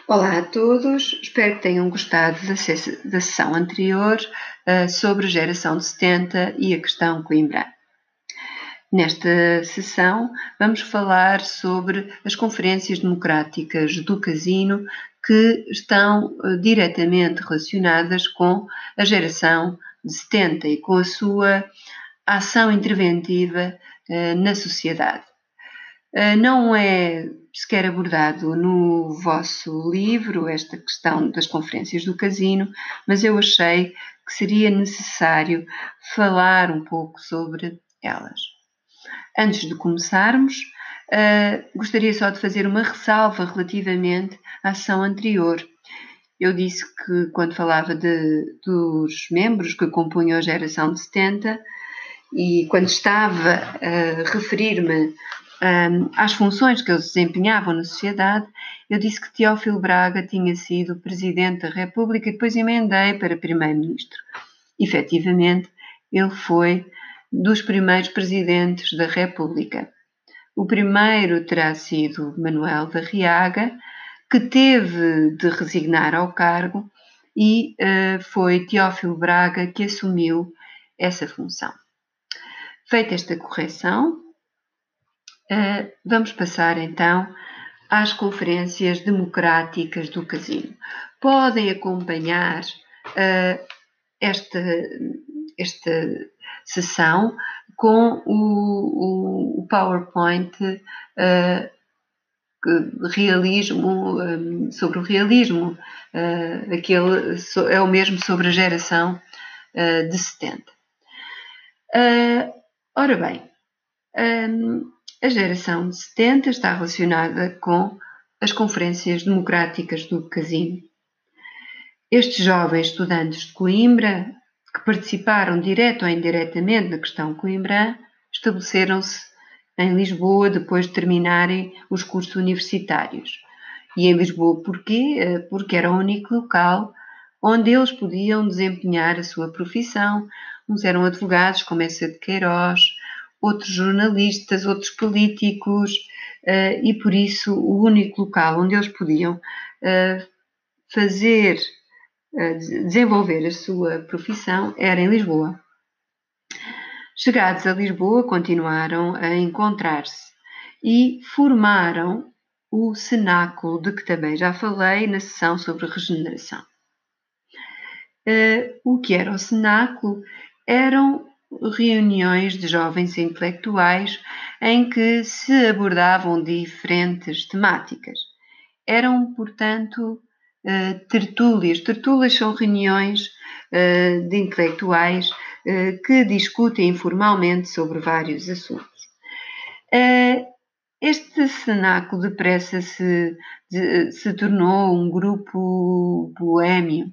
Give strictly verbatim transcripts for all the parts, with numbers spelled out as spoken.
Olá a todos, espero que tenham gostado da, se da sessão anterior uh, sobre a geração de setenta e a questão Coimbra. Nesta sessão vamos falar sobre as conferências democráticas do Casino que estão uh, diretamente relacionadas com a geração de setenta e com a sua ação interventiva uh, na sociedade. Uh, não é sequer abordado no vosso livro esta questão das conferências do Casino, mas eu achei que seria necessário falar um pouco sobre elas. Antes de começarmos, uh, gostaria só de fazer uma ressalva relativamente à ação anterior. Eu disse que quando falava de, dos membros que compunham a geração de setenta e quando estava a referir-me Um, às funções que eles desempenhavam na sociedade, eu disse que Teófilo Braga tinha sido Presidente da República e depois emendei para Primeiro-Ministro. Efetivamente, ele foi dos primeiros Presidentes da República. O primeiro terá sido Manuel da Riaga, que teve de resignar ao cargo, e uh, foi Teófilo Braga que assumiu essa função. Feita esta correção, Uh, vamos passar então às conferências democráticas do Casino. Podem acompanhar uh, esta, esta sessão com o, o PowerPoint uh, realismo, um, sobre o realismo, uh, aquele so, é o mesmo sobre a geração uh, de setenta. Uh, ora bem, um, a geração de setenta está relacionada com as conferências democráticas do Casino. Estes jovens estudantes de Coimbra, que participaram direto ou indiretamente na questão Coimbra, estabeleceram-se em Lisboa depois de terminarem os cursos universitários. E em Lisboa porquê? Porque era o único local onde eles podiam desempenhar a sua profissão. Uns eram advogados, como Eça de Queiroz, outros jornalistas, outros políticos, uh, e por isso o único local onde eles podiam uh, fazer, uh, desenvolver a sua profissão era em Lisboa. Chegados a Lisboa, continuaram a encontrar-se e formaram o cenáculo de que também já falei na sessão sobre regeneração. Uh, o que era o cenáculo? Eram reuniões de jovens intelectuais em que se abordavam diferentes temáticas. Eram, portanto, uh, tertúlias. Tertúlias são reuniões uh, de intelectuais uh, que discutem informalmente sobre vários assuntos. Uh, este cenáculo depressa se, de, se tornou um grupo boémio.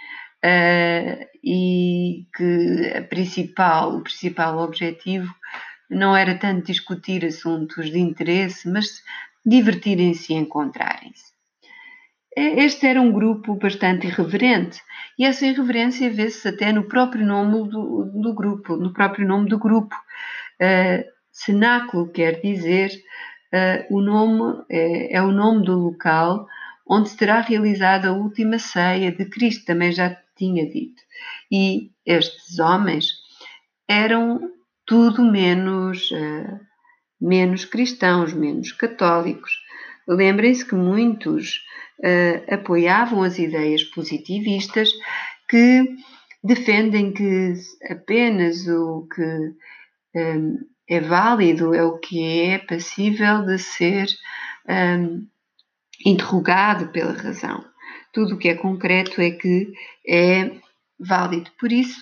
Uh, e que a principal, o principal objetivo não era tanto discutir assuntos de interesse, mas divertirem-se e encontrarem-se. Este era um grupo bastante irreverente e essa irreverência vê-se até no próprio nome do, do grupo, no próprio nome do grupo. Uh, cenáculo quer dizer, uh, o nome é, é o nome do local onde se terá realizado a última ceia de Cristo, também já tinha dito. E estes homens eram tudo menos, uh, menos cristãos, menos católicos. Lembrem-se que muitos uh, apoiavam as ideias positivistas que defendem que apenas o que um, é válido é o que é passível de ser um, interrogado pela razão. Tudo o que é concreto é que é válido. Por isso,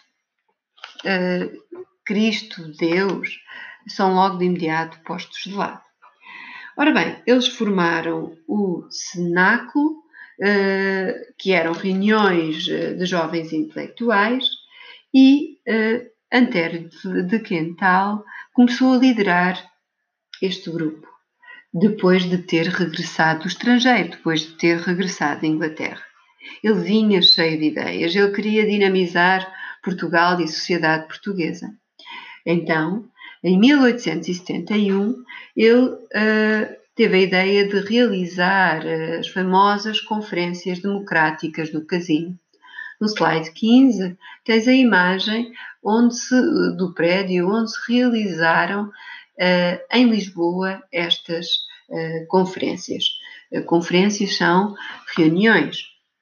uh, Cristo, Deus, são logo de imediato postos de lado. Ora bem, eles formaram o cenáculo, uh, que eram reuniões de jovens intelectuais, e uh, Antero de Quental começou a liderar este grupo, depois de ter regressado do estrangeiro, depois de ter regressado da Inglaterra. Ele vinha cheio de ideias, ele queria dinamizar Portugal e a sociedade portuguesa. Então, em mil oitocentos e setenta e um, ele uh, teve a ideia de realizar as famosas conferências democráticas do Casino. No slide quinze, tens a imagem onde se, do prédio onde se realizaram uh, em Lisboa estas uh, conferências. Uh, conferências são reuniões,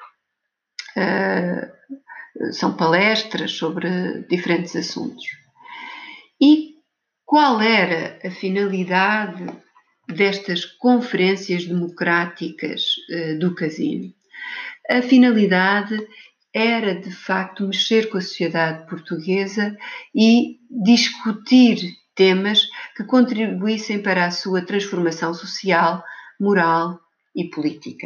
uh, são palestras sobre diferentes assuntos. E qual era a finalidade destas conferências democráticas uh, do Casino? A finalidade era, de facto, mexer com a sociedade portuguesa e discutir temas que contribuíssem para a sua transformação social, moral e política.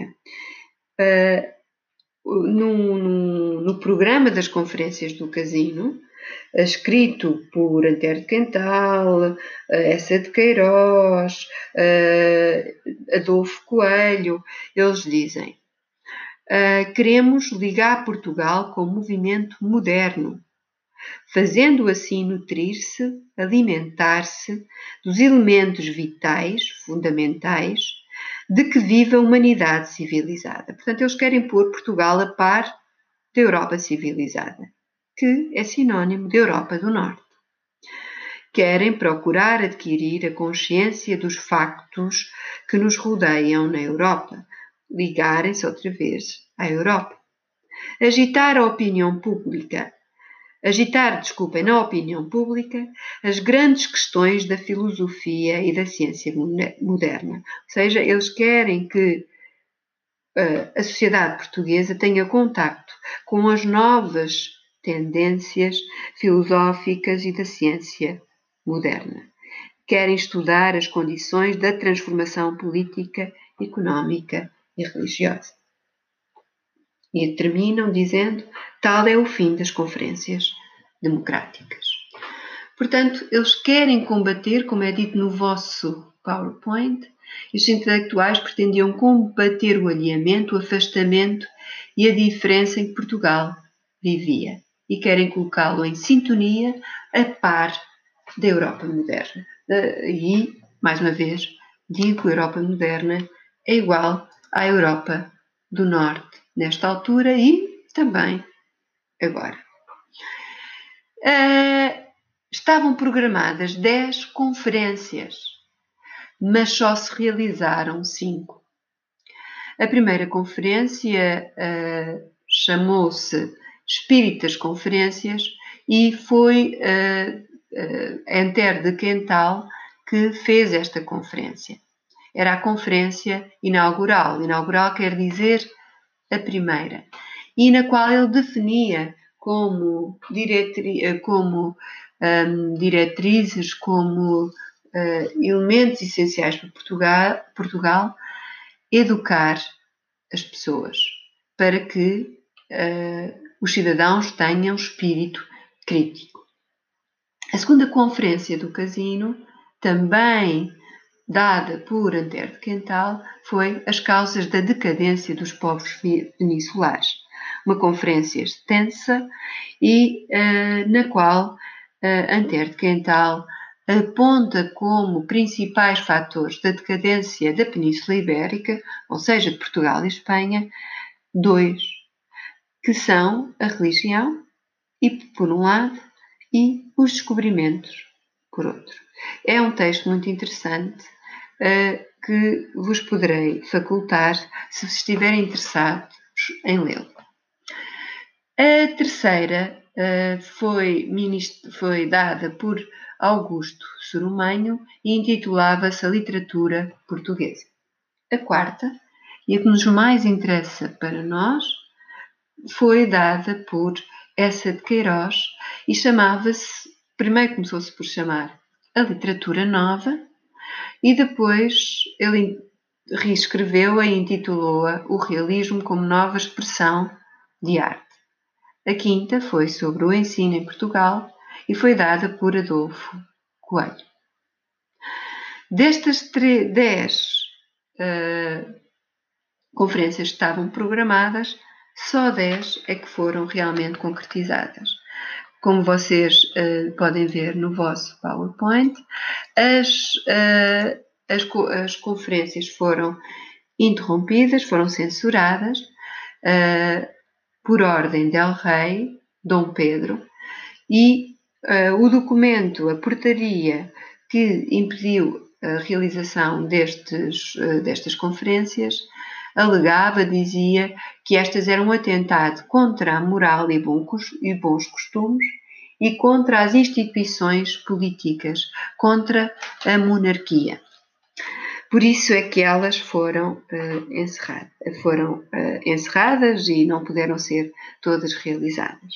Uh, no, no, no programa das conferências do Casino, escrito por Antero de Quental, Eça de Queiroz, uh, Adolfo Coelho, eles dizem: Uh, queremos ligar Portugal com o movimento moderno, fazendo assim nutrir-se, alimentar-se dos elementos vitais, fundamentais, de que vive a humanidade civilizada. Portanto, eles querem pôr Portugal a par da Europa civilizada, que é sinónimo de Europa do Norte. Querem procurar adquirir a consciência dos factos que nos rodeiam na Europa, ligarem-se outra vez à Europa. Agitar a opinião pública, agitar, desculpem, na opinião pública, as grandes questões da filosofia e da ciência moderna. Ou seja, eles querem que uh, a sociedade portuguesa tenha contacto com as novas tendências filosóficas e da ciência moderna. Querem estudar as condições da transformação política, económica e religiosa. E terminam dizendo: tal é o fim das conferências democráticas. Portanto, eles querem combater, como é dito no vosso PowerPoint, e os intelectuais pretendiam combater o alheamento, o afastamento e a diferença em que Portugal vivia. E querem colocá-lo em sintonia, a par da Europa moderna. E, mais uma vez, digo, a Europa moderna é igual à Europa do Norte, nesta altura e também agora. Uh, estavam programadas dez conferências, mas só se realizaram cinco. A primeira conferência uh, chamou-se Espíritas Conferências e foi uh, uh, Antero de Quental que fez esta conferência. Era a conferência inaugural. Inaugural quer dizer a primeira. E na qual ele definia como, diretri como um, diretrizes, como uh, elementos essenciais para Portugal, Portugal, educar as pessoas para que uh, os cidadãos tenham espírito crítico. A segunda conferência do Casino, também dada por Antero de Quental, foi As Causas da Decadência dos Povos Peninsulares. Uma conferência extensa e uh, na qual uh, Antero de Quental aponta como principais fatores da decadência da Península Ibérica, ou seja, de Portugal e Espanha, dois, que são a religião, e por um lado, e os descobrimentos, por outro. É um texto muito interessante, Uh, que vos poderei facultar se estiverem interessados em lê-lo. A terceira uh, foi, foi dada por Augusto Sorumanho e intitulava-se A Literatura Portuguesa. A quarta, e a que nos mais interessa para nós, foi dada por Eça de Queiroz e chamava-se, primeiro começou-se por chamar A Literatura Nova, e depois ele reescreveu-a e intitulou-a O Realismo como Nova Expressão de Arte. A quinta foi sobre o ensino em Portugal e foi dada por Adolfo Coelho. Destas dez uh, conferências que estavam programadas, só dez é que foram realmente concretizadas. Como vocês uh, podem ver no vosso PowerPoint, as, uh, as, as conferências foram interrompidas, foram censuradas uh, por ordem del rei Dom Pedro, e uh, o documento, a portaria que impediu a realização destes, uh, destas conferências, alegava, dizia que estas eram um atentado contra a moral e, bom, e bons costumes e contra as instituições políticas, contra a monarquia. Por isso é que elas foram, uh, encerradas, foram uh, encerradas e não puderam ser todas realizadas.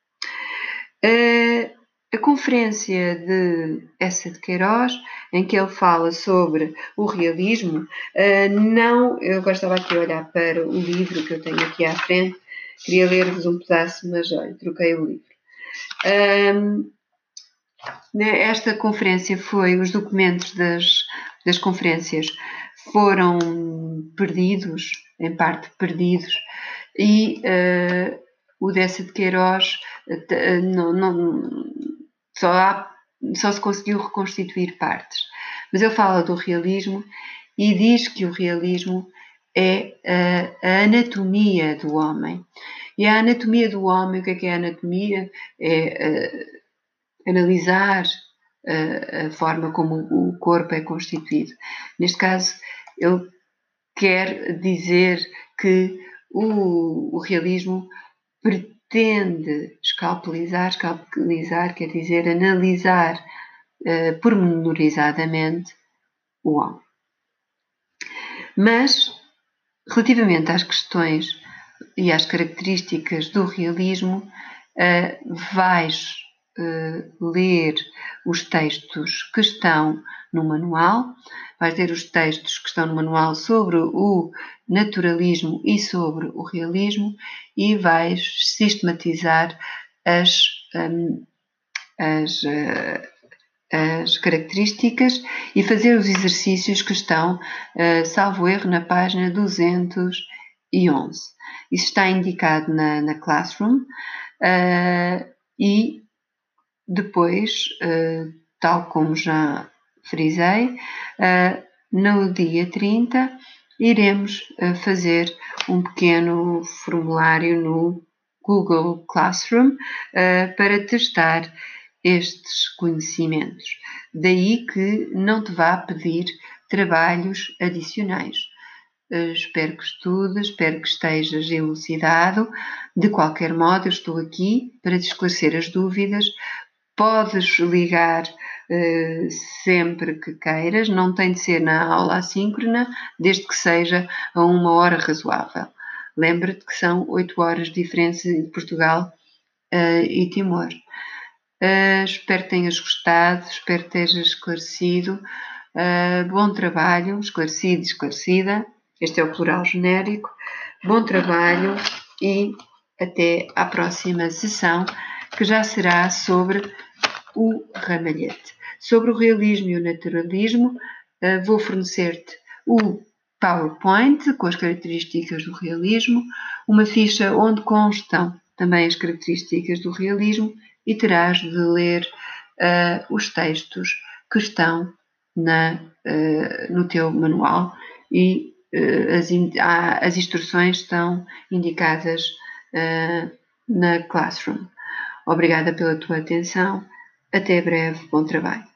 Uh, a conferência de Eça de Queiroz, em que ele fala sobre o realismo, uh, não, eu agora estava aqui a olhar para o livro que eu tenho aqui à frente, queria ler-vos um pedaço, mas olha, troquei o livro. Um, esta conferência foi, os documentos das, das conferências foram perdidos, em parte perdidos, e uh, o Dessa de Queiroz uh, não, não, só, há, só se conseguiu reconstituir partes. Mas ele fala do realismo e diz que o realismo é a, a anatomia do homem. E a anatomia do homem, o que é que é a anatomia? É uh, analisar uh, a forma como o corpo é constituído. Neste caso, ele quer dizer que o, o realismo pretende escalpelizar, escalpelizar quer dizer analisar uh, pormenorizadamente o homem. Mas, relativamente às questões e às características do realismo, uh, vais uh, ler os textos que estão no manual, vais ler os textos que estão no manual sobre o naturalismo e sobre o realismo e vais sistematizar as, um, as, uh, as características e fazer os exercícios que estão, uh, salvo erro, na página duzentos e onze. Isso está indicado na, na Classroom uh, e depois, uh, tal como já frisei, uh, no dia trinta iremos uh, fazer um pequeno formulário no Google Classroom uh, para testar estes conhecimentos. Daí que não te vá pedir trabalhos adicionais. Uh, espero que estudes, espero que estejas elucidado. De qualquer modo, eu estou aqui para te esclarecer as dúvidas. Podes ligar uh, sempre que queiras, não tem de ser na aula assíncrona, desde que seja a uma hora razoável. Lembra-te que são oito horas de diferença entre Portugal uh, e Timor. Uh, espero que tenhas gostado, espero que estejas esclarecido. Uh, bom trabalho, esclarecido e esclarecida. Este é o plural genérico. Bom trabalho e até à próxima sessão, que já será sobre o ramalhete. Sobre o realismo e o naturalismo, uh, vou fornecer-te o PowerPoint com as características do realismo, uma ficha onde constam também as características do realismo e terás de ler uh, os textos que estão na, uh, no teu manual e uh, as, in, ah, as instruções estão indicadas uh, na Classroom. Obrigada pela tua atenção. Até breve. Bom trabalho.